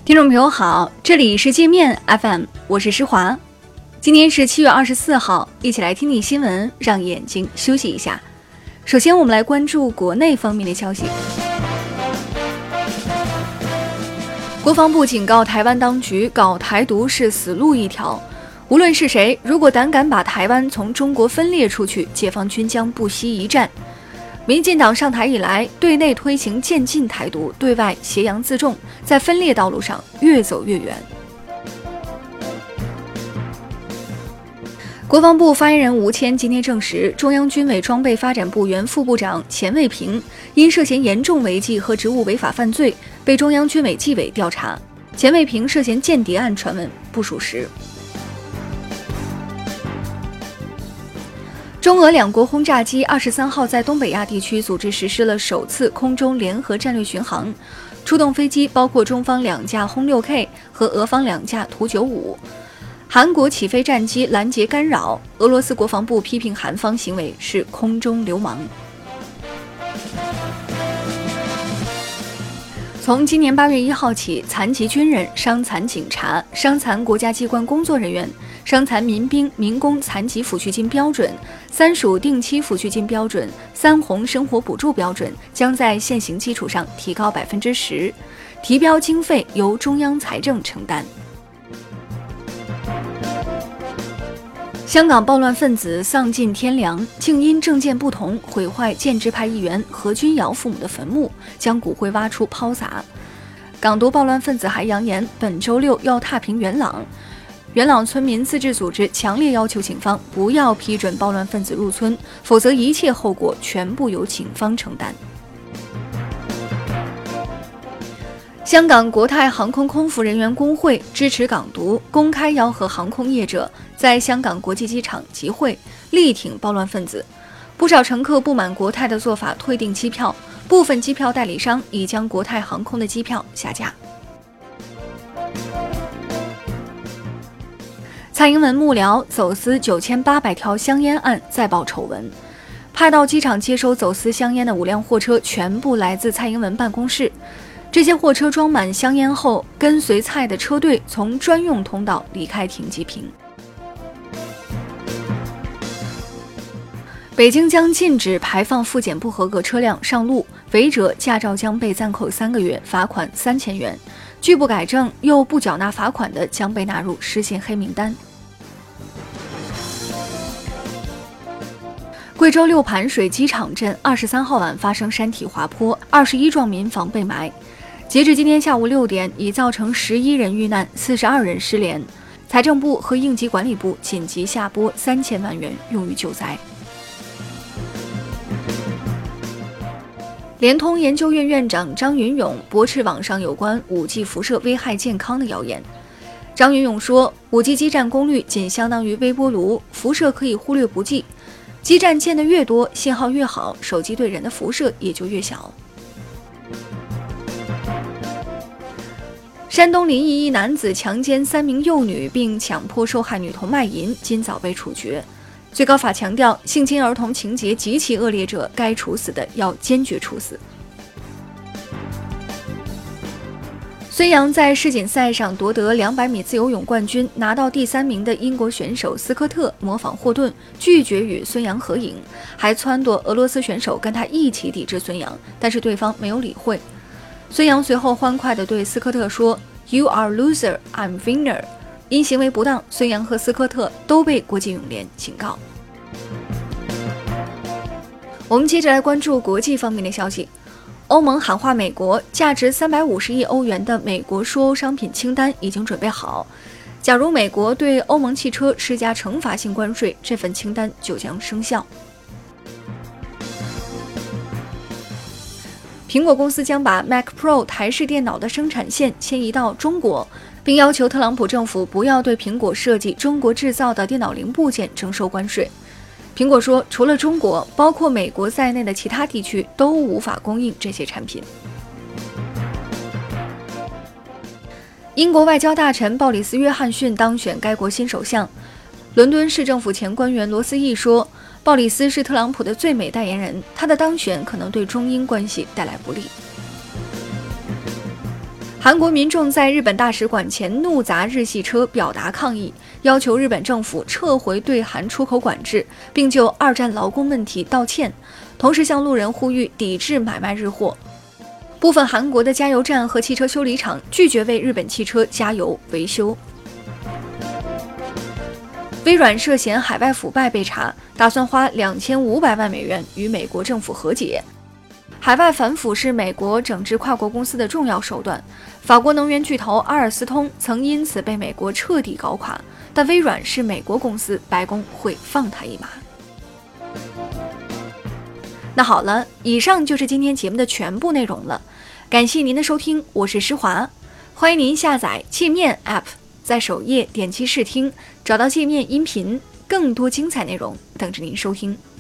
听众朋友好，这里是界面 FM， 我是施华。今天是7月24号，一起来听听新闻，让眼睛休息一下。首先我们来关注国内方面的消息。国防部警告台湾当局，搞台独是死路一条，无论是谁，如果胆敢把台湾从中国分裂出去，解放军将不惜一战。民进党上台以来，对内推行渐进台独，对外挟洋自重，在分裂道路上越走越远。国防部发言人吴谦今天证实，中央军委装备发展部原副部长钱卫平因涉嫌严重违纪和职务违法犯罪，被中央军委纪委调查。钱卫平涉嫌间谍案传闻不属实。中俄两国轰炸机23号在东北亚地区组织实施了首次空中联合战略巡航，出动飞机包括中方2架轰 6K 和俄方2架图95。韩国起飞战机拦截干扰，俄罗斯国防部批评韩方行为是空中流氓。从今年8月1号起，残疾军人、伤残警察、伤残国家机关工作人员、伤残民兵、民工残疾抚恤金标准、3属定期抚恤金标准、3红生活补助标准将在现行基础上提高10%，提标经费由中央财政承担。香港暴乱分子丧尽天良，竟因政见不同毁坏建制派议员何君尧父母的坟墓，将骨灰挖出抛洒。港独暴乱分子还扬言本周6要踏平元朗。元朗村民自治组织强烈要求警方不要批准暴乱分子入村，否则一切后果全部由警方承担。香港国泰航空空服人员工会支持港独，公开吆喝航空业者在香港国际机场集会，力挺暴乱分子。不少乘客不满国泰的做法，退订机票，部分机票代理商已将国泰航空的机票下架。蔡英文幕僚走私9800条香烟案再爆丑闻，派到机场接收走私香烟的5辆货车全部来自蔡英文办公室。这些货车装满香烟后，跟随蔡的车队从专用通道离开停机坪。北京将禁止排放复检不合格车辆上路，违者驾照将被暂扣3个月，罚款3000元。拒不改正又不缴纳罚款的将被纳入失信黑名单。贵州六盘水机场镇23号晚发生山体滑坡，21幢民房被埋。截至今天下午6点，已造成11人遇难，42人失联。财政部和应急管理部紧急下拨3000万元用于救灾。联通研究院院长张云勇驳斥网上有关 5G 辐射危害健康的谣言。张云勇说， 5G 基站功率仅相当于微波炉，辐射可以忽略不计。基站建得越多，信号越好，手机对人的辐射也就越小。山东临沂一男子强奸3名幼女并强迫受害女童卖淫，今早被处决。最高法强调，性侵儿童情节极其恶劣者，该处死的要坚决处死。孙杨在世锦赛上夺得200米自由泳冠军，拿到第3名的英国选手斯科特模仿霍顿，拒绝与孙杨合影，还撺掇俄罗斯选手跟他一起抵制孙杨，但是对方没有理会。孙杨随后欢快地对斯科特说 You are loser, I'm winner。 因行为不当，孙杨和斯科特都被国际泳联警告。我们接着来关注国际方面的消息。欧盟喊话美国，价值350亿欧元的美国输欧商品清单已经准备好。假如美国对欧盟汽车施加惩罚性关税，这份清单就将生效。苹果公司将把 Mac Pro 台式电脑的生产线迁移到中国，并要求特朗普政府不要对苹果设计中国制造的电脑零部件征收关税。苹果说，除了中国，包括美国在内的其他地区都无法供应这些产品。英国外交大臣鲍里斯·约翰逊当选该国新首相。伦敦市政府前官员罗斯义说，鲍里斯是特朗普的最美代言人，他的当选可能对中英关系带来不利。 韩国民众在日本大使馆前怒砸日系车表达抗议，要求日本政府撤回对韩出口管制，并就二战劳工问题道歉，同时向路人呼吁抵制买卖日货。部分韩国的加油站和汽车修理厂拒绝为日本汽车加油维修。微软涉嫌海外腐败被查，打算花2500万美元与美国政府和解。海外反腐是美国整治跨国公司的重要手段，法国能源巨头阿尔斯通曾因此被美国彻底搞垮，但微软是美国公司，白宫会放他一马。那好了，以上就是今天节目的全部内容了，感谢您的收听，我是施华，欢迎您下载界面 App， 在首页点击试听，找到界面音频，更多精彩内容等着您收听。